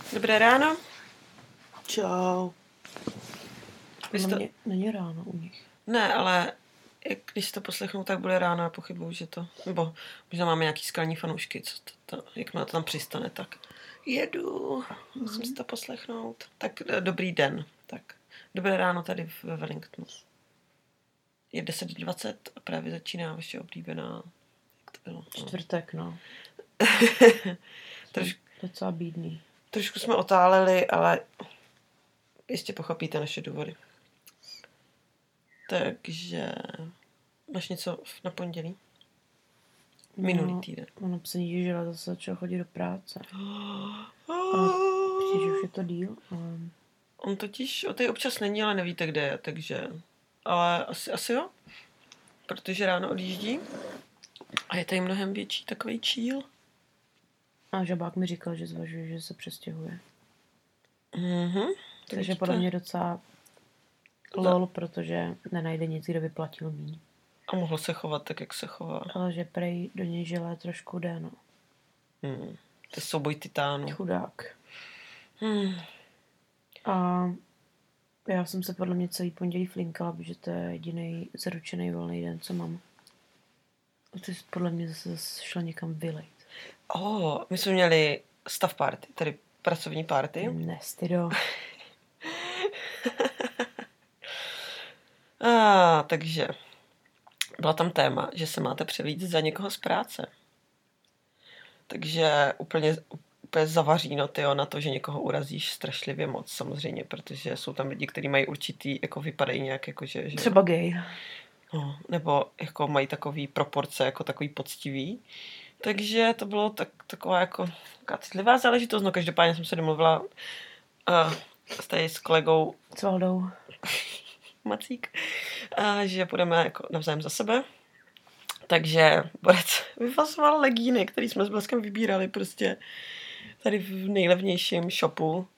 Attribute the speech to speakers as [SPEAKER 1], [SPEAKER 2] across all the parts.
[SPEAKER 1] Dobré ráno.
[SPEAKER 2] Čau.
[SPEAKER 1] Jste...
[SPEAKER 2] Není ráno u nich.
[SPEAKER 1] Ne, ale když to poslechnou, tak bude ráno a pochybuju, že to... Nebo možná máme nějaký skalní fanoušky, co jakmile to tam přistane, tak jedu, musím si to poslechnout. Tak dobrý den. Tak dobré ráno tady ve Wellingtonu. Je 10:20 a právě začíná vaše oblíbená... Jak to bylo?
[SPEAKER 2] Čtvrtek, no. Docela bídný.
[SPEAKER 1] Trošku jsme otáleli, ale jistě pochopíte naše důvody. Takže máš něco na pondělí? Minulý týden.
[SPEAKER 2] Ono psaní, že zase začal chodit do práce. Ale přijde, že už je to díl, ale...
[SPEAKER 1] On totiž o té občas není, ale nevíte, kde je, takže... Ale asi jo, protože ráno odjíždí a je tady mnohem větší takovej číl.
[SPEAKER 2] A žabák mi říkal, že zvažuje, že se přestěhuje.
[SPEAKER 1] Mhm.
[SPEAKER 2] Takže podle mě docela lol, protože nenajde nic, kde by platil míň.
[SPEAKER 1] A mohl se chovat tak, jak se chová.
[SPEAKER 2] Ale že prej do něj želé trošku jde, no.
[SPEAKER 1] To je souboj titánů.
[SPEAKER 2] Chudák. A já jsem se podle mě celý pondělí flinkala, protože to je jediný zaručený volný den, co mám. A ty jsi podle mě zase šla někam vylejt.
[SPEAKER 1] My jsme měli staff party, tedy pracovní party.
[SPEAKER 2] Nestydo.
[SPEAKER 1] Takže byla tam téma, že se máte převlít za někoho z práce. Takže úplně zavaříno na to, že někoho urazíš strašlivě moc samozřejmě, protože jsou tam lidi, kteří mají určitý, jako vypadají nějak, jako že
[SPEAKER 2] třeba gay.
[SPEAKER 1] No, nebo jako mají takový proporce, jako takový poctivý. Takže to bylo taková jako citlivá záležitost, no každopádně jsem se domluvila s kolegou
[SPEAKER 2] Cvaldou.
[SPEAKER 1] Macík, že půjdeme jako navzájem za sebe. Takže Borec vyfasoval legíny, který jsme s Bleskem vybírali prostě tady v nejlevnějším shopu.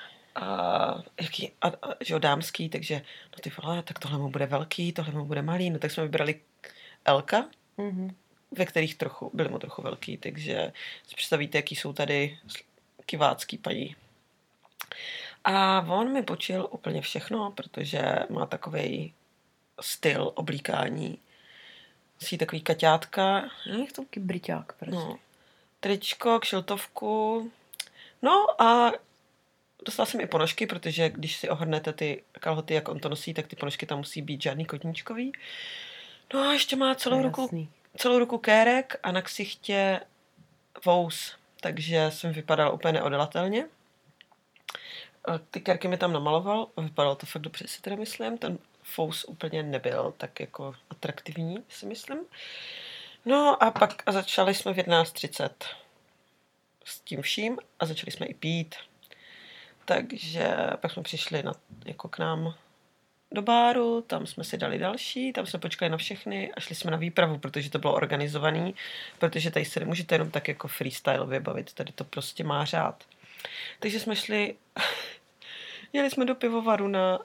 [SPEAKER 1] Že dámský, takže no ty vole, tak tohle mu bude velký, tohle mu bude malý, no tak jsme vybrali Elka, ve kterých byly mu trochu velký, takže si představíte, jaký jsou tady kivácký paní. A on mi počil úplně všechno, protože má takovej styl oblíkání. Nosí takový kaťátka.
[SPEAKER 2] Taký bryťák prostě.
[SPEAKER 1] No, tričko, kšiltovku. No a dostala jsem i ponožky, protože když si ohrnete ty kalhoty, jak on to nosí, tak ty ponožky tam musí být žádný kotníčkový. No a ještě má celou ruku kérek a na ksichtě vous, takže jsem vypadala úplně neodolatelně. Ty kérky mi tam namaloval a vypadalo to fakt dobře, si teda myslím. Ten fous úplně nebyl tak jako atraktivní, si myslím. No a pak začali jsme v 11:30 s tím vším a začali jsme i pít. Takže pak jsme přišli jako k nám do báru, tam jsme si dali další, tam jsme počkali na všechny a šli jsme na výpravu, protože to bylo organizovaný, protože tady se nemůžete jenom tak jako freestyle vybavit, tady to prostě má řád. Takže jsme jeli jsme do pivovaru na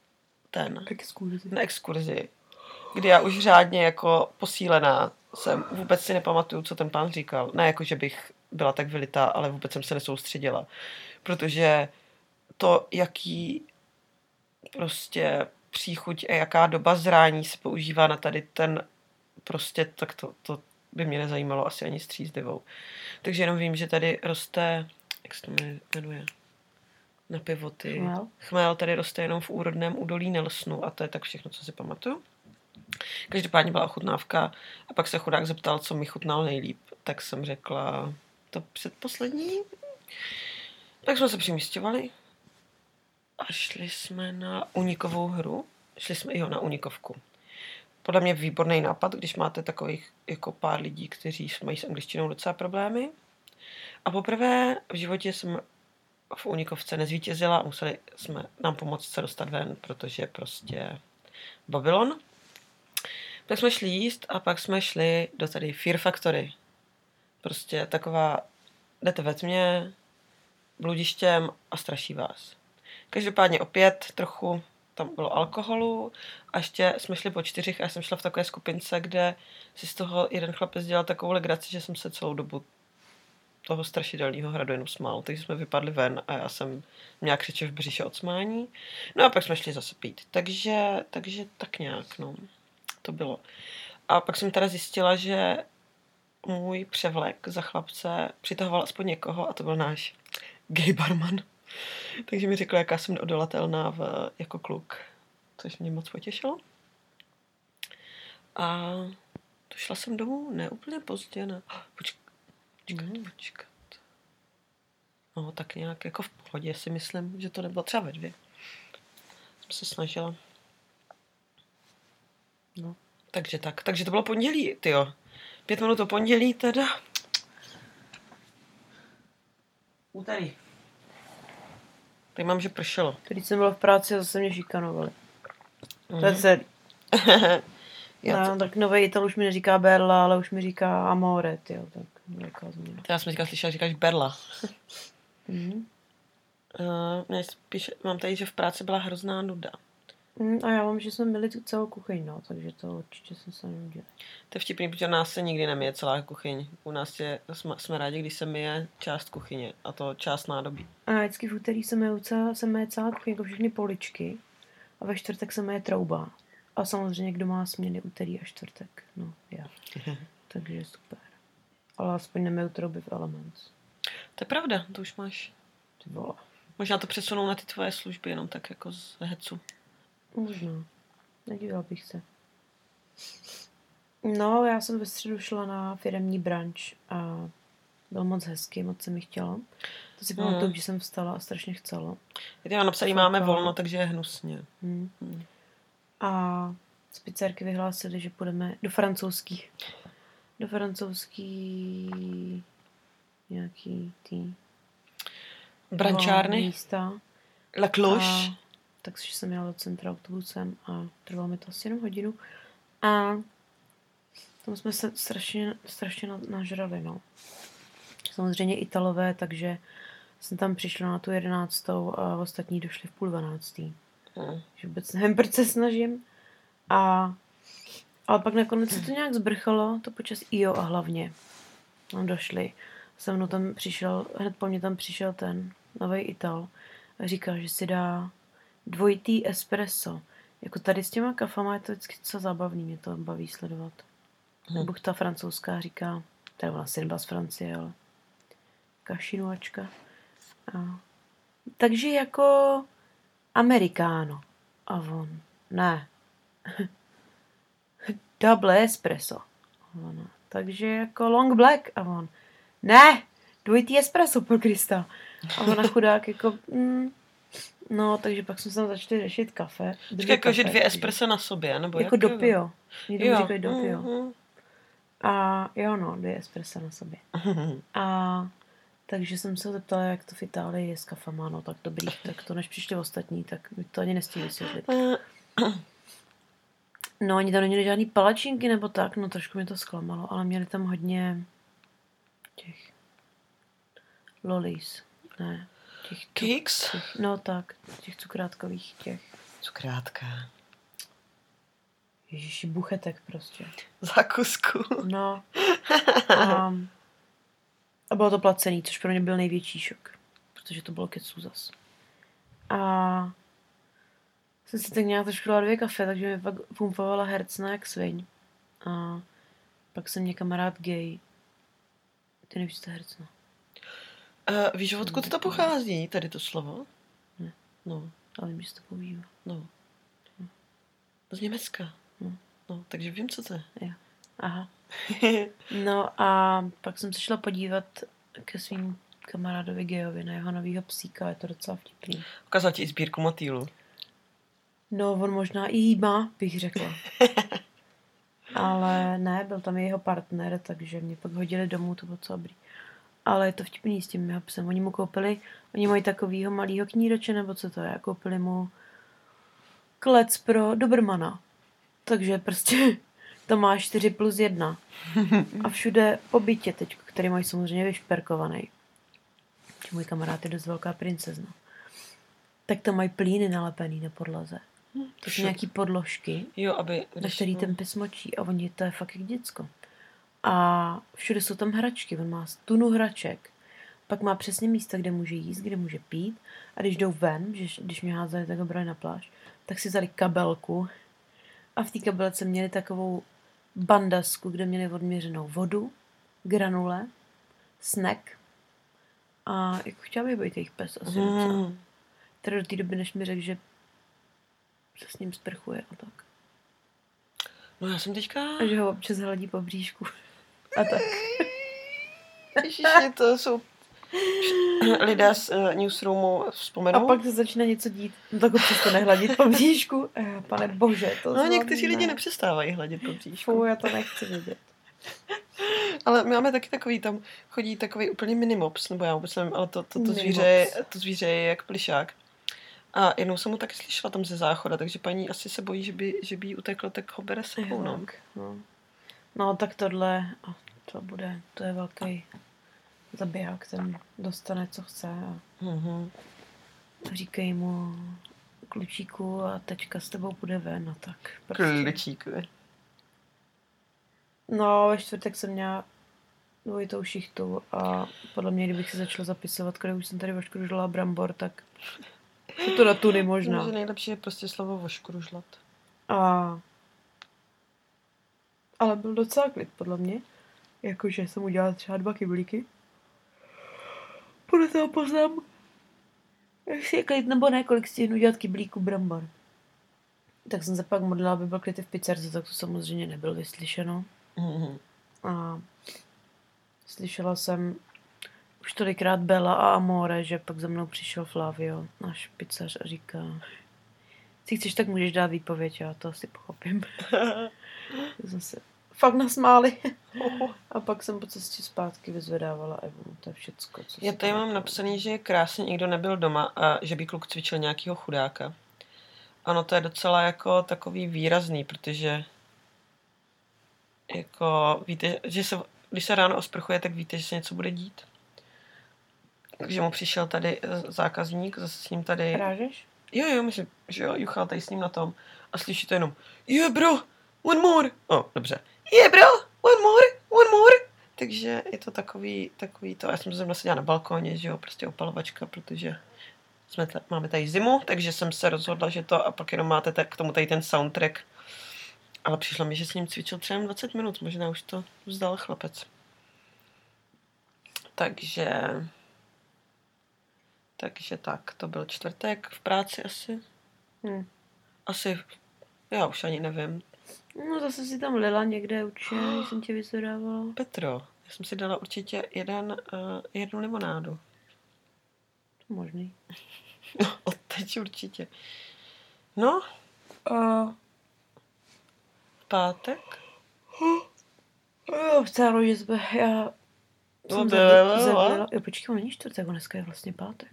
[SPEAKER 1] exkurzi, kdy já už řádně jako posílená jsem, vůbec si nepamatuju, co ten pán říkal. Ne jako, že bych byla tak vylitá, ale vůbec jsem se nesoustředila. Protože to, jaký prostě příchuť a jaká doba zrání se používá na tady ten prostě, tak to by mě nezajímalo asi ani střízlivou. Takže jenom vím, že tady roste, jak se to jmenuje, na pivoty. Chmel tady roste jenom v úrodném údolí Nelsonu a to je tak všechno, co si pamatuju. Každopádně byla ochutnávka a pak se chudák zeptal, co mi chutnal nejlíp. Tak jsem řekla to předposlední. Tak jsme se přimístěvali a šli jsme na unikovou hru. Šli jsme na unikovku. Podle mě výborný nápad, když máte takových jako pár lidí, kteří mají s angličtinou docela problémy. A poprvé v životě jsem v unikovce nezvítězila a museli jsme nám pomoct se dostat ven, protože prostě Babylon. Tak jsme šli jíst a pak jsme šli do tady Fear Factory. Prostě taková, jdete ve tmě, bludištěm a straší vás. Každopádně opět trochu tam bylo alkoholu a ještě jsme šli po 4 a já jsem šla v takové skupince, kde si z toho jeden chlapec dělal takovou legraci, že jsem se celou dobu toho strašidelného hradu jenom smál. Takže jsme vypadli ven a já jsem měla křiče v břiše od smání. No a pak jsme šli zase pít. Takže tak nějak, no. To bylo. A pak jsem teda zjistila, že můj převlek za chlapce přitahoval aspoň někoho a to byl náš gay barman. Takže mi řekl, jaká jsem neodolatelná jako kluk. Což mě moc potěšilo. A došla jsem domů, ne úplně pozdě, ne. Počkat. No, tak nějak jako v pohodě si myslím, že to nebylo třeba ve 2. Jsem se snažila. No, takže tak. Takže to bylo pondělí, tyjo. 5 minut o pondělí teda. Úterý. Tady mám, že pršelo.
[SPEAKER 2] Když jsem byla v práci a zase mě šikanovali. To je celý. No, tak nový Ital už mi neříká Berla, ale už mi říká Amore, tyjo, tak velká změna.
[SPEAKER 1] Já jsem slyšela, že říkáš Berla. Mám tady, že v práci byla hrozná nuda.
[SPEAKER 2] A já mám, že jsme měli tu celou kuchyň, no, takže to určitě jsem se neudělal.
[SPEAKER 1] To je vtipný, protože u nás se nikdy nemije celá kuchyň. U nás jsme rádi, když se myje část kuchyně, a to část nádobí.
[SPEAKER 2] A vždycky v úterý se myje celá kuchyň, jako všechny poličky, a ve čtvrtek se myje trouba. A samozřejmě, kdo má směny úterý a čtvrtek, no, já. Takže super. Ale aspoň nemyju trouby v Elements.
[SPEAKER 1] To je pravda, to už máš.
[SPEAKER 2] Ty vole.
[SPEAKER 1] Možná to přesunou na ty tvoje služby, jenom tak jako z hecu.
[SPEAKER 2] Možná. Nedívala bych se. No, já jsem ve středu šla na firemní brunch a byl moc hezký, moc se mi chtělo. To si pamatuju, že jsem vstala a strašně chcela.
[SPEAKER 1] Já mám napsaný, máme volno, takže je hnusně.
[SPEAKER 2] A z pizzerky vyhlásili, že půjdeme do francouzský nějaký tý
[SPEAKER 1] brančárny
[SPEAKER 2] místa.
[SPEAKER 1] La Cloche.
[SPEAKER 2] Takže jsem jela do centra autobusem a trvalo mi to asi jenom hodinu. A tam jsme se strašně nažrali, no. Samozřejmě Italové, takže jsem tam přišla na tu 11. a ostatní došli v 11:30. Že vůbec nevím, proč se snažím. Ale pak nakonec se to nějak zbrchalo, to počas a hlavně. Tam došli. Se mnou tam přišel, hned po mně tam přišel ten nový Ital a říkal, že si dá dvojitý espresso. Jako tady s těma kafama je to vždycky co zábavný, mě to baví sledovat. Buchta francouzská říká, teda ona si nebyla z Francie, ale kašinuačka. Takže jako amerikáno. A on, ne. Double espresso. Ona, takže jako long black. A on, ne, dvojitý espresso, pro Krista. A ona chudák jako, no, takže pak jsme se tam začali řešit kafe.
[SPEAKER 1] Jakože 2 espresso na sobě, nebo
[SPEAKER 2] jako dopio. Někdo
[SPEAKER 1] jo.
[SPEAKER 2] Říkají dopio. A jo, no, 2 espresso na sobě. A takže jsem se zeptala, jak to v Itálii je s kafama, no tak dobrý, tak to než přišli ostatní, tak mi to ani nestihli vysvětlit. No, oni tam neměli žádný palačinky nebo tak, no trošku mi to zklamalo, ale měli tam hodně těch lolis, ne, těch
[SPEAKER 1] Keks?
[SPEAKER 2] No tak, těch cukrátkových těch.
[SPEAKER 1] Cukrátka.
[SPEAKER 2] Ježiši, buchetek prostě.
[SPEAKER 1] Zákusku.
[SPEAKER 2] No. A bylo to placený, což pro mě byl největší šok, protože to bylo keců zas. A jsem si tak nějak trošku dala 2 kafe, takže mi pak pumpovala hercna jak sviň. A pak jsem mě kamarád gay. Ty nevíš, co to je hercna?
[SPEAKER 1] Víš, odkud to pochází, tady to slovo?
[SPEAKER 2] Ne.
[SPEAKER 1] No.
[SPEAKER 2] Ale vím, že se to používá.
[SPEAKER 1] No. Z Německa. No, takže vím, co to je.
[SPEAKER 2] Jo. Aha. No a pak jsem se šla podívat ke svým kamarádovi gejovi na jeho novýho psíka, je to docela vtipný.
[SPEAKER 1] Ukázal ti i sbírku motýlů.
[SPEAKER 2] No, on možná i jí má, bych řekla. Ale ne, byl tam jeho partner, takže mě pak hodili domů, to bylo co dobrý. Ale je to vtipný s tím jeho psem. Oni mají takovýho malýho kníroče, nebo co to je, koupili mu klec pro Dobermana. Takže prostě to má 4+1. A všude po bytě teď, který mají samozřejmě vyšperkovaný. Můj kamarád je dost velká princezna. Tak to mají plíny nalepený na podlaze. To jsou nějaký podložky,
[SPEAKER 1] jo,
[SPEAKER 2] na který ten pes močí. A oni, to je fakt jak děcko. A všude jsou tam hračky. On má tunu hraček. Pak má přesně místa, kde může jíst, kde může pít. A když jdou ven, když mě házeli, tak ho brali na pláž, tak si vzali kabelku. A v té kabelce měli takovou bandasku, kde měli odměřenou vodu, granule, snack. A jako chtěla bych být jejich pes asi docela. Teda do té doby, než mi řekl, že se s ním sprchuje a tak.
[SPEAKER 1] No já jsem teďka...
[SPEAKER 2] A že ho občas hladí po bříšku. A tak.
[SPEAKER 1] Ježiši, to jsou lidé z newsroomu vzpomenou.
[SPEAKER 2] A pak se začne něco dít. No tak ho přestane hladit po bříšku. Pane bože, to
[SPEAKER 1] no někteří lidi nepřestávají hladit po bříšku.
[SPEAKER 2] Fů, já to nechci vidět.
[SPEAKER 1] Ale my máme taky takový, tam chodí takový úplně minimops, nebo já vůbec nevím, ale to zvíře je jak plišák. A jednou jsem mu taky slyšela tam ze záchoda, takže paní asi se bojí, že by jí uteklo, tak ho bere sebou.
[SPEAKER 2] No tak tohle, to je velký zabiják, ten dostane, co chce a říkají mu klučíku a teďka s tebou půjde ven a tak.
[SPEAKER 1] Prostě. Klučíku.
[SPEAKER 2] No, ve čtvrtek jsem měla dvojitou šichtu a podle mě, kdybych se začala zapisovat, když už jsem tady voškružila brambor, tak se to na tuny možná.
[SPEAKER 1] Možná nejlepší je prostě slovo voškružlat.
[SPEAKER 2] Ale byl docela klid, podle mě. Jakože jsem udělala třeba 2 kyblíky. Podle toho poznám, jestli je klid nebo ne, kolik stihnu dělat kyblíku brambor. Tak jsem se pak modlila, aby byl klid v pizzerce, tak to samozřejmě nebylo vyslyšeno. A slyšela jsem už tolikrát Bella a Amore, že pak za mnou přišel Flavio, náš pizzař, a říká, si chceš, tak můžeš dát výpověď, já to asi pochopím. Jsme se fakt nasmáli. A pak jsem po cestě zpátky vyzvedávala Evu, to je všecko.
[SPEAKER 1] Já tady mám napsaný, že krásně někdo nebyl doma a že by kluk cvičil nějakýho chudáka. Ano, to je docela jako takový výrazný, protože jako víte, že když se ráno osprchuje, tak víte, že se něco bude dít. Takže mu přišel tady zákazník, zase s ním tady...
[SPEAKER 2] Rážeš?
[SPEAKER 1] Jo, myslím, že jo, juchal tady s ním na tom a slyší to jenom yeah bro, one more. Dobře. Yeah bro, one more. Takže je to takový to. Já jsem zrovna seděla na balkóně, že jo, prostě opalovačka, protože máme tady zimu, takže jsem se rozhodla, že to a pak jenom máte k tomu tady ten soundtrack. Ale přišlo mi, že s ním cvičil třeba 20 minut, možná už to vzdal chlapec. Takže tak, to byl čtvrtek v práci asi. Asi, já už ani nevím.
[SPEAKER 2] No zase si tam lila někde určitě, jsem tě vyzvedávala.
[SPEAKER 1] Petro, já jsem si dala určitě jednu limonádu.
[SPEAKER 2] To možný.
[SPEAKER 1] Odteď určitě. No. Pátek?
[SPEAKER 2] Jo, vcálo, že jsme, já jsem zavlila. Jo, počkej, není čtvrtek, dneska je vlastně pátek.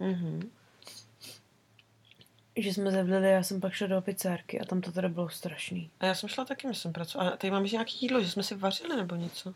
[SPEAKER 2] Že jsme zavlili, já jsem pak šla do pizzárky a tam to teda bylo strašný.
[SPEAKER 1] A já jsem šla taky, myslím, pracovat. A tady mám nějaký jídlo, že jsme si vařili nebo něco.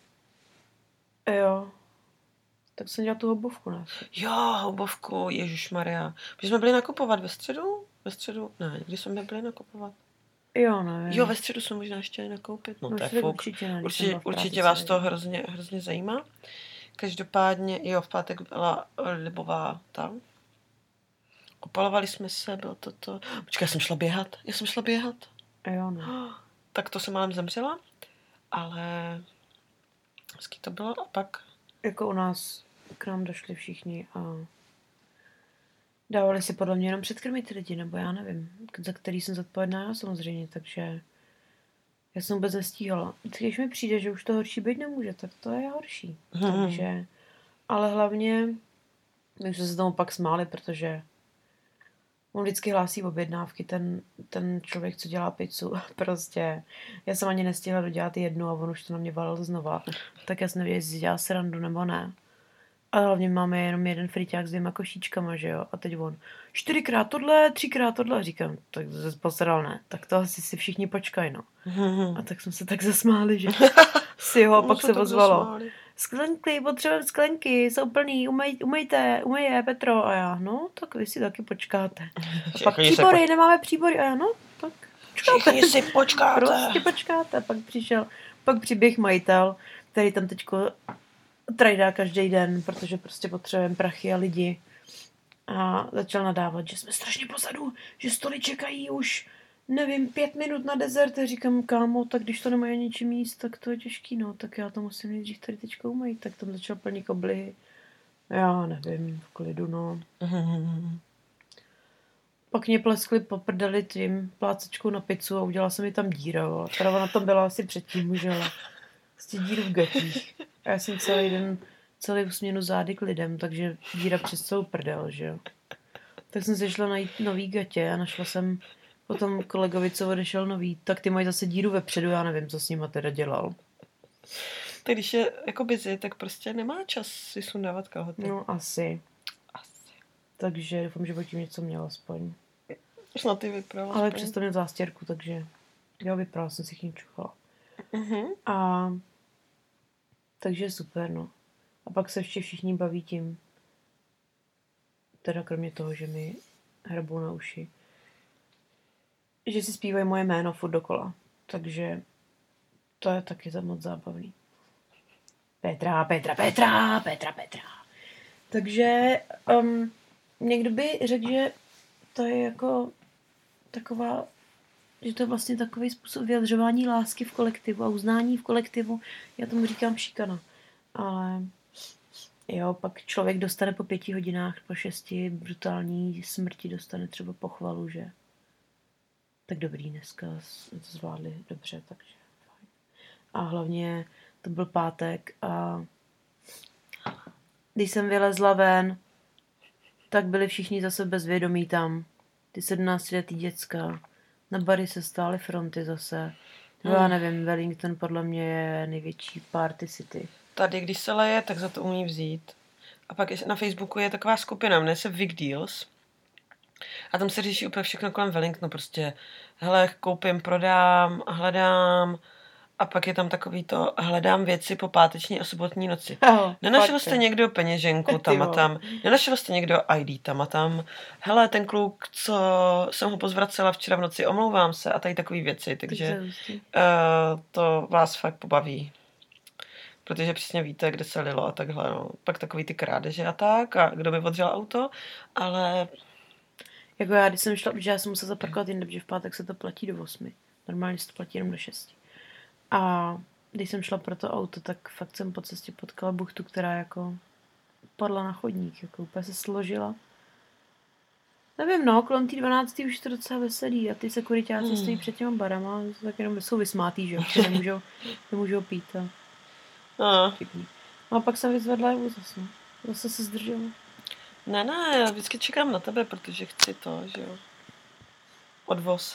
[SPEAKER 2] Jo. Tak jsem dělala tu hobovku, ne?
[SPEAKER 1] Jo, hobovku, ježišmarja. Protože jsme byli nakupovat ve středu? Ne, kdy jsme byli nakupovat?
[SPEAKER 2] Jo, nevím.
[SPEAKER 1] Jo, ve středu jsme možná ještě nakoupit. No to je fuk. Určitě vás to hrozně zajímá. Každopádně, jo, v pátek byla libová tam. Opalovali jsme se, bylo to. Počkej, já jsem šla běhat.
[SPEAKER 2] Jo, no.
[SPEAKER 1] Tak to jsem málem zemřela, ale hezky to bylo a pak...
[SPEAKER 2] Jako u nás k nám došli všichni a dávali si podle mě jenom předkrmit lidi, nebo já nevím, za který jsem zodpovědná já samozřejmě, takže já jsem vůbec nestíhala. Když mi přijde, že už to horší být nemůže, tak to je horší. Takže, ale hlavně my jsme se tomu pak smáli, protože on vždycky hlásí objednávky, ten člověk, co dělá pizzu. Prostě já jsem ani nestihla dodělat jednu a on už to na mě valil znova. Tak já jsem nevěděla, jestli dělá srandu nebo ne. A hlavně máme jenom jeden friťák s 2 košíčkama, že jo. A teď on 4x tohle, 3x tohle. Říkám, tak to se posral, ne. Tak to asi si všichni počkají, no. A tak jsme se tak zasmáli, že si ho pak se ozvalo. Sklenky, potřebujeme sklenky, jsou plný, umejte, Petro. A já, no, tak vy si taky počkáte. A pak příbory, nemáme příbory. A já, no, tak
[SPEAKER 1] počkáte. Všichni si počkáte.
[SPEAKER 2] Prostě počkáte. Pak přiběh majitel, který tam teďko trajdá každý den, protože prostě potřebujeme prachy a lidi. A začal nadávat, že jsme strašně pozadu, že stoly čekají už, nevím, 5 minut na dezert. A říkám, kámo, tak když to nemají ničím jíst, tak to je těžký, no. Tak já to musím nejdřív tady teďka umýt. Tak tam začal plnit koblihy. Já nevím, v klidu, no. Pak mě pleskli po prdeli tím plácečkou na pizzu a udělala se mi tam díra. Jo. Teda ona tam byla asi předtím už, ale prostě díru v gatích. A já jsem celý směnu zády k lidem, takže díra přes celou prdel, že jo. Tak jsem se šla najít nový gatě a našla jsem potom kolegovi, co odešel nový, tak ty mají zase díru vepředu, já nevím, co s nima teda dělal.
[SPEAKER 1] Tak když je jako busy, tak prostě nemá čas si sundávat kalhoty.
[SPEAKER 2] No asi. Takže doufám, že tím něco měl aspoň.
[SPEAKER 1] Snad ty vyprala.
[SPEAKER 2] Ale přesto měl zástěrku, takže já vyprala, jsem si k ní čuchala. A takže super, no. A pak se ještě všichni baví tím, teda kromě toho, že mi hrabou na uši, že si zpívají moje jméno furt dokola. Takže to je taky moc zábavný. Petra. Takže někdo by řekl, že to je jako taková, že to je vlastně takový způsob vyjadřování lásky v kolektivu a uznání v kolektivu. Já tomu říkám šikana. Ale jo, pak člověk dostane po 5 hodinách, po 6 brutální smrti dostane třeba pochvalu, že tak dobrý, dneska jsme to zvládli dobře, takže fajn. A hlavně to byl pátek a když jsem vylezla ven, tak byli všichni zase bezvědomí tam. Ty 17letý děcka. Na bary se stály fronty zase. Já nevím, Wellington podle mě je největší party city.
[SPEAKER 1] Tady, když se leje, tak za to umí vzít. A pak na Facebooku je taková skupina, jmenuje se Big Deals. A tam se řeší úplně všechno kolem Wellingtonu. Prostě, hele, koupím, prodám, hledám. A pak je tam takový to, hledám věci po páteční a sobotní noci. Nenašel jste někdo peněženku tam a tam? Nenašel jste někdo ID tam a tam? Hele, ten kluk, co jsem ho pozvracela včera v noci, omlouvám se a tady takové věci. Takže to vás fakt pobaví. Protože přesně víte, kde se lilo a takhle. No. Pak takový ty krádeže a tak a kdo by odřel auto, ale...
[SPEAKER 2] Jako já, když jsem šla, protože já jsem musela zaparkovat jinde, protože v pátek se to platí do 8. Normálně se to platí jenom do 6. A když jsem šla pro to auto, tak fakt jsem po cestě potkala buchtu, která jako padla na chodník, jako úplně se složila. Nevím, no, kolem té 12. už je to docela veselý a ty sekuritáci stojí před těma barama, tak jenom jsou vysmátý, že jo, nemůžou pít. No a pak jsem vyzvedla jeho zase, zase se zdržela.
[SPEAKER 1] Ne, já vždycky čekám na tebe, protože chci to, že jo. Odvoz.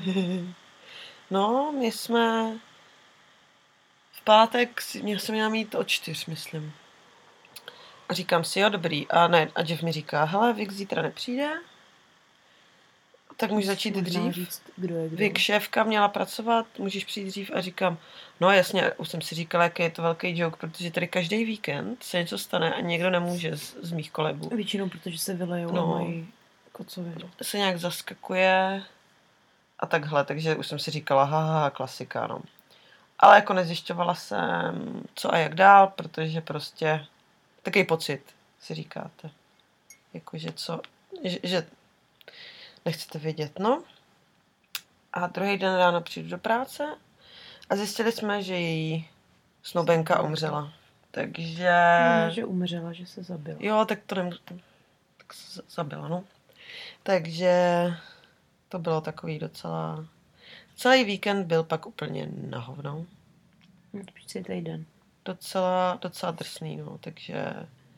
[SPEAKER 1] No, my jsme... V pátek jsem měla mít od 4, myslím. A říkám si, jo, dobrý. A Jeff mi říká, hele, Vik zítra nepřijde, tak můžeš začít dřív.
[SPEAKER 2] Říct, kdo je.
[SPEAKER 1] Vik, šéfka měla pracovat, můžeš přijít dřív. A říkám, no jasně, už jsem si říkala, jaký je to velký joke, protože tady každý víkend se něco stane a někdo nemůže z mých kolegů.
[SPEAKER 2] Většinou, protože se vylejou a mají kocovinu.
[SPEAKER 1] Se nějak zaskakuje a takhle, takže už jsem si říkala, haha, klasika, no. Ale jako nezjišťovala jsem, co a jak dál, protože prostě takový pocit, si říkáte. Jakože co, že nechcete vědět, no. A druhý den ráno přijdu do práce a zjistili jsme, že její snoubenka umřela. Takže...
[SPEAKER 2] No, že umřela, že se zabila.
[SPEAKER 1] Jo, tak to tak se zabila, no. Takže to bylo takový docela... Celý víkend byl pak úplně na hovno.
[SPEAKER 2] Týden.
[SPEAKER 1] Docela drsný, no, takže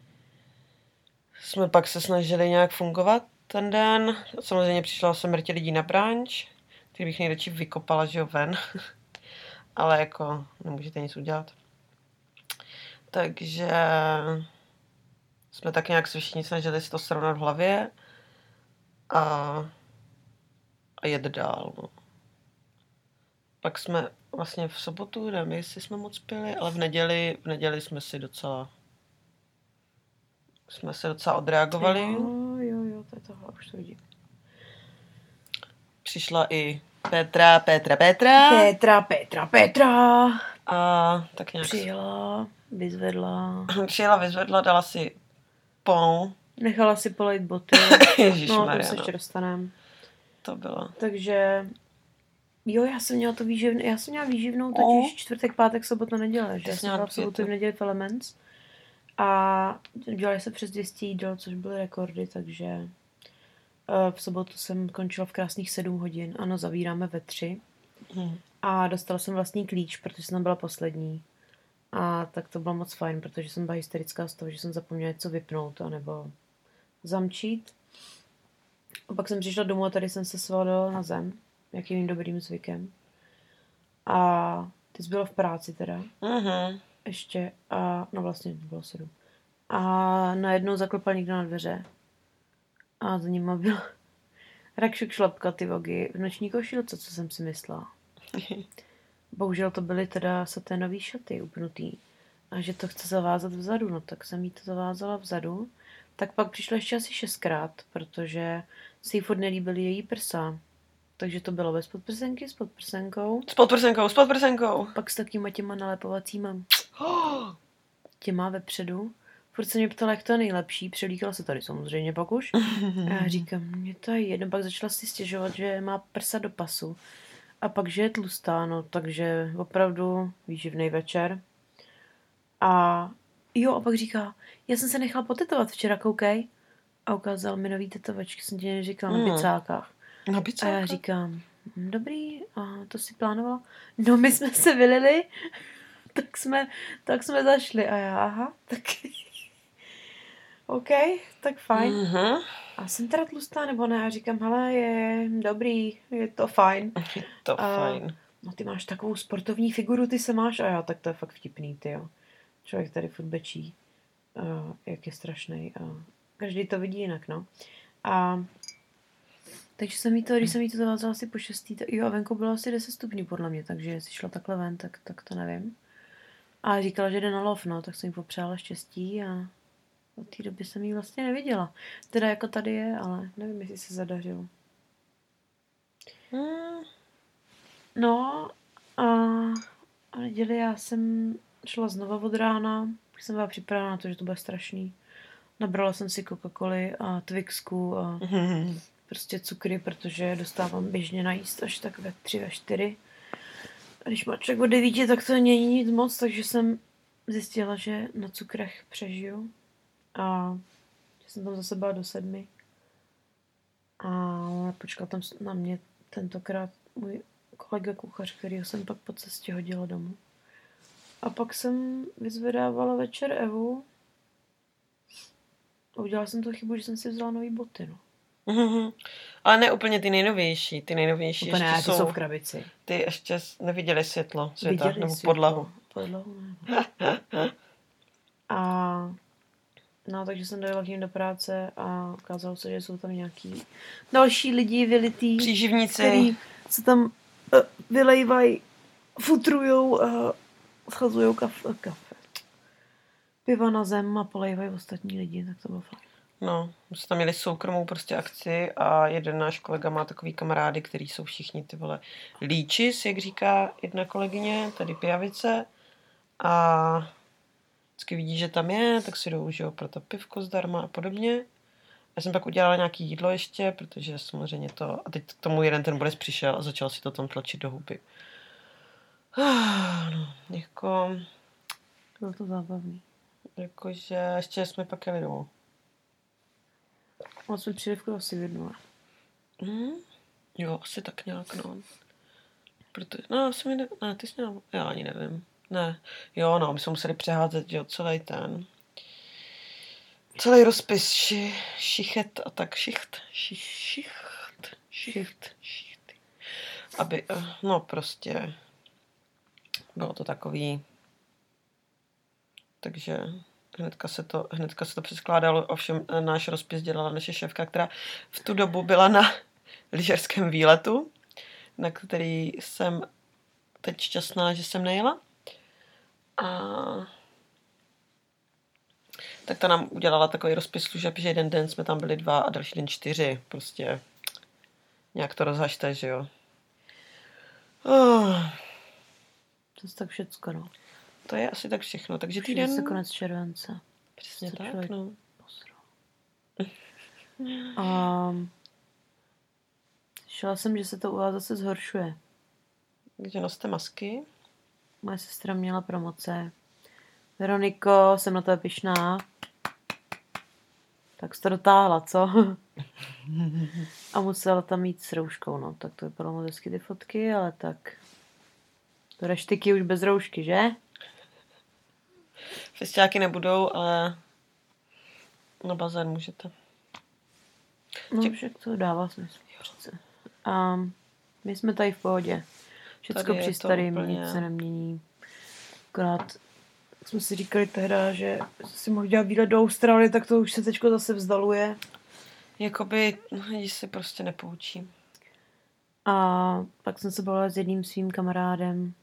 [SPEAKER 1] jsme pak se snažili nějak fungovat ten den. Samozřejmě přišla jsem mrtě lidí na branč, který bych nejradši vykopala, že jo, ven. Ale jako nemůžete nic udělat. Takže jsme tak nějak se všichni snažili si to srovnat v hlavě a jet dál, no. Pak jsme vlastně v sobotu, nevím, jestli jsme moc pili, ale v neděli jsme se docela odreagovali.
[SPEAKER 2] Jo, to je tohle, už to vidím.
[SPEAKER 1] Přišla i Petra.
[SPEAKER 2] Petra.
[SPEAKER 1] A tak nějak
[SPEAKER 2] přijela. vyzvedla,
[SPEAKER 1] dala si pont.
[SPEAKER 2] nechala si polejt boty. No, to se ještě dostaneme.
[SPEAKER 1] To bylo.
[SPEAKER 2] Takže jo, já jsem měla výživnou totiž čtvrtek, pátek, sobota, neděle, že já jsem byla v sobotu v neděli v Elements a dělali se přes 200 jídel, což byly rekordy, takže v sobotu jsem končila v krásných 7 hodin, ano, zavíráme ve 3 a dostala jsem vlastní klíč, protože jsem tam byla poslední a tak to bylo moc fajn, protože jsem byla hysterická z toho, že jsem zapomněla něco vypnout anebo zamčít. A pak jsem přišla domů a tady jsem se svalila na zem, jakým dobrým zvykem. A ty jsi byla v práci teda. Ještě. A no vlastně bylo 7. A najednou zaklopal někdo na dveře. A za nima byl Rakšuk Šlapka, ty vogy, v noční košilce, co jsem si myslela. Bohužel to byly teda saténový šaty upnutý. A že to chce zavázat vzadu, no tak jsem jí to zavázala vzadu. Tak pak přišlo ještě asi 6krát, protože si jí furt nelíbily její prsa. Takže to bylo bez podprsenky, s podprsenkou.
[SPEAKER 1] S podprsenkou.
[SPEAKER 2] Pak s takýma těma nalepovacíma těma vepředu. Furt se mě ptala, jak to je nejlepší. Přelíkala se tady samozřejmě pak už. A já říkám, mě to je jedno. Pak začala si stěžovat, že má prsa do pasu. A pak, že je tlustá, no, takže opravdu výživný večer. A jo, a pak říká, já jsem se nechala potetovat včera, koukej. A ukázal mi nový tetovačky, jsem ti neříkala, na picákách.
[SPEAKER 1] Na picákách?
[SPEAKER 2] A já říkám, dobrý, a to si plánovala. No, my jsme se vylili, tak jsme zašli. A já, aha, tak OK, tak fajn. A jsem teda tlustá, nebo ne? A říkám, hele, je dobrý, je to fajn.
[SPEAKER 1] Je to fajn.
[SPEAKER 2] No, ty máš takovou sportovní figuru, ty se máš. A já, tak to je fakt vtipný, tyjo. Člověk tady furt bečí, jak je strašnej. Každý to vidí jinak, no. A takže jsem jí to, když jsem jí to zavázala asi po 6. Jo, a venku bylo asi 10 stupňů podle mě, takže jestli šla takhle ven, tak to nevím. A říkala, že jde na lov, no, tak jsem jí popřála štěstí a od té doby jsem jí vlastně neviděla. Teda jako tady je, ale nevím, jestli se zadařilo. No a neděli já jsem šla znova od rána, když jsem byla připravena na to, že to bude strašný. Nabrala jsem si Coca-Coly a Twixku a prostě cukry, protože dostávám běžně najíst až tak ve 3, ve 4. A když má člověk od 9, tak to není nic moc, takže jsem zjistila, že na cukrech přežiju. A že jsem tam zase byla do 7. A počkal tam na mě tentokrát můj kolega kuchař, kterýho jsem pak po cestě hodila domů. A pak jsem vyzvedávala večer Evu. A udělala jsem tu chybu, že jsem si vzala nový boty, no.
[SPEAKER 1] Ale ne úplně ty nejnovější. Ty nejnovější
[SPEAKER 2] ještě ne, jsou v krabici.
[SPEAKER 1] Ty ještě neviděli světlo světa, nebo podlahu.
[SPEAKER 2] Podlahu ne. A no, takže jsem dojela k ním do práce a ukázalo se, že jsou tam nějaký další lidi vylitý.
[SPEAKER 1] Příživníci.
[SPEAKER 2] Který se tam vylejvají, futrujou a schazujou kafe. Piva na zem a polejvají ostatní lidi, tak to bylo fajn.
[SPEAKER 1] No, my jsme tam měli soukromou prostě akci a jeden náš kolega má takový kamarády, který jsou všichni ty vole líčis, jak říká jedna kolegyně, tady pijavice a vždycky vidí, že tam je, tak si jdou, že jo, pro to pivko zdarma a podobně. Já jsem pak udělala nějaký jídlo ještě, protože samozřejmě to, a teď k tomu jeden ten borec přišel a začal si to tam tlačit do huby. No, jako...
[SPEAKER 2] Bylo to zábavný.
[SPEAKER 1] Jakože ještě jsme pak jeli domů.
[SPEAKER 2] Ale jsme přijeli asi v 1.
[SPEAKER 1] Jo, asi tak nějak, no. Protože, no, asi mi ne, ty jsi měl, já ani nevím. Ne, jo, no, my jsme museli přeházet, jo, celý rozpis, šichet a tak, šicht. Aby, no, prostě, bylo to takový, takže hnedka se to přeskládalo, ovšem náš rozpis dělala naše šéfka, která v tu dobu byla na lyžařském výletu, na který jsem teď šťastná, že jsem nejela. A tak ta nám udělala takový rozpis služeb, že jeden den jsme tam byli 2 a další den 4. Prostě nějak to rozhažte, že jo.
[SPEAKER 2] To je tak všecko, no.
[SPEAKER 1] to je asi tak všechno. Takže
[SPEAKER 2] Už je
[SPEAKER 1] týden...
[SPEAKER 2] zase konec července.
[SPEAKER 1] Přesně
[SPEAKER 2] To
[SPEAKER 1] tak,
[SPEAKER 2] člověk
[SPEAKER 1] no.
[SPEAKER 2] posral. A slyšela jsem, že se to u vás zase zhoršuje.
[SPEAKER 1] Takže noste masky.
[SPEAKER 2] Moje sestra měla promoce. Veroniko, jsem na tebe pyšná. Tak jsi to dotáhla, co? A musela tam jít s rouškou, no. Tak to vypadalo moc hezky ty fotky, ale tak... To reštiky už bez roušky, že?
[SPEAKER 1] Festiáky nebudou, ale na bazén můžete.
[SPEAKER 2] No však to dává smysl přece. A my jsme tady v pohodě. Všecko
[SPEAKER 1] Tady je
[SPEAKER 2] při
[SPEAKER 1] to
[SPEAKER 2] starým,
[SPEAKER 1] úplně-
[SPEAKER 2] nic se nemění. Akorát jsme si říkali tehda, že si mohl dělat výlet do Austrálie, tak to už se teďko zase vzdaluje.
[SPEAKER 1] Jakoby lidi se prostě nepoučí.
[SPEAKER 2] A pak jsem se bavila s jedním svým kamarádem,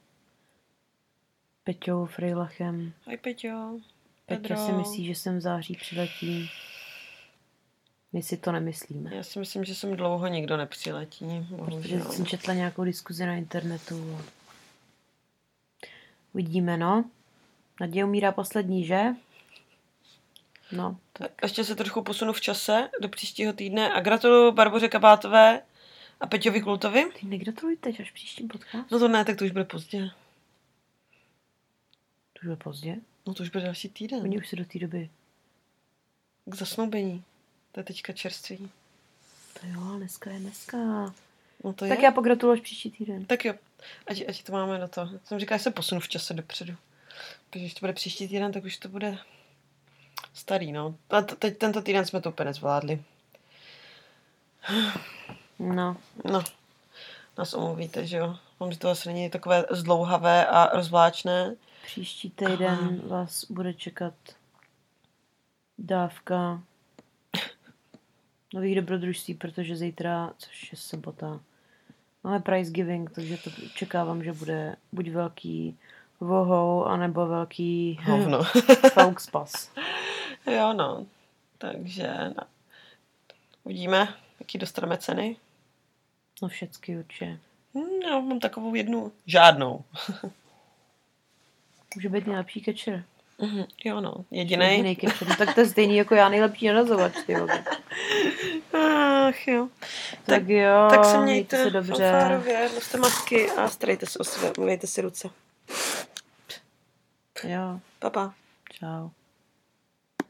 [SPEAKER 2] Peťou Frejlachem.
[SPEAKER 1] Ahoj Peťo.
[SPEAKER 2] Peťa
[SPEAKER 1] Pedro.
[SPEAKER 2] si myslí, že jsem v září přiletí. My si to nemyslíme.
[SPEAKER 1] Já si myslím, že sem dlouho nikdo nepřiletí.
[SPEAKER 2] Protože
[SPEAKER 1] Bohužel.
[SPEAKER 2] jsem četla nějakou diskuzi na internetu. A uvidíme, no. Naděje umírá poslední, že? No, tak.
[SPEAKER 1] Ještě se trochu posunu v čase do příštího týdne a gratuluju Barboře Kabátové a Peťovi Kultovi.
[SPEAKER 2] Ty negratuluj teď, až příštím podcastu.
[SPEAKER 1] No to ne, tak to už bude pozdě.
[SPEAKER 2] To už je pozdě.
[SPEAKER 1] No to už bude další týden.
[SPEAKER 2] Oni už se do té doby.
[SPEAKER 1] K zasnoubení. To je teďka čerství.
[SPEAKER 2] To jo, ale dneska je dneska.
[SPEAKER 1] No to
[SPEAKER 2] Tak
[SPEAKER 1] je.
[SPEAKER 2] já pogratuluji až příští týden.
[SPEAKER 1] Tak jo, ať to máme na to. Jsem říkala, že se posunu v čase dopředu. Protože když to bude příští týden, tak už to bude starý, no. A teď tento týden jsme to úplně nezvládli.
[SPEAKER 2] No,
[SPEAKER 1] No, nás omluvíte, že jo. Mám, že to asi není takové zdlouhavé a rozvláčné.
[SPEAKER 2] příští týden vás bude čekat dávka nových dobrodružství, protože zítra, což je sobota, máme prize giving, takže to očekávám, že bude buď velký vohou, anebo velký
[SPEAKER 1] Hovno.
[SPEAKER 2] fauxpas.
[SPEAKER 1] Jo, no. Takže no. Uvidíme, jaký dostaneme ceny.
[SPEAKER 2] No všecky určitě.
[SPEAKER 1] Já mám takovou jednu žádnou.
[SPEAKER 2] Může být nejlepší catcher.
[SPEAKER 1] Jo, no. Jedinej.
[SPEAKER 2] Jedinej catcher. No, tak to je stejný jako já, nejlepší narazovač, ty vole.
[SPEAKER 1] Ach jo.
[SPEAKER 2] Tak jo,
[SPEAKER 1] Tak se mějte
[SPEAKER 2] se dobře.
[SPEAKER 1] fanfárově, noste masky a starejte se o sebe, umyjte si ruce.
[SPEAKER 2] Jo,
[SPEAKER 1] Pa, pa.
[SPEAKER 2] čau.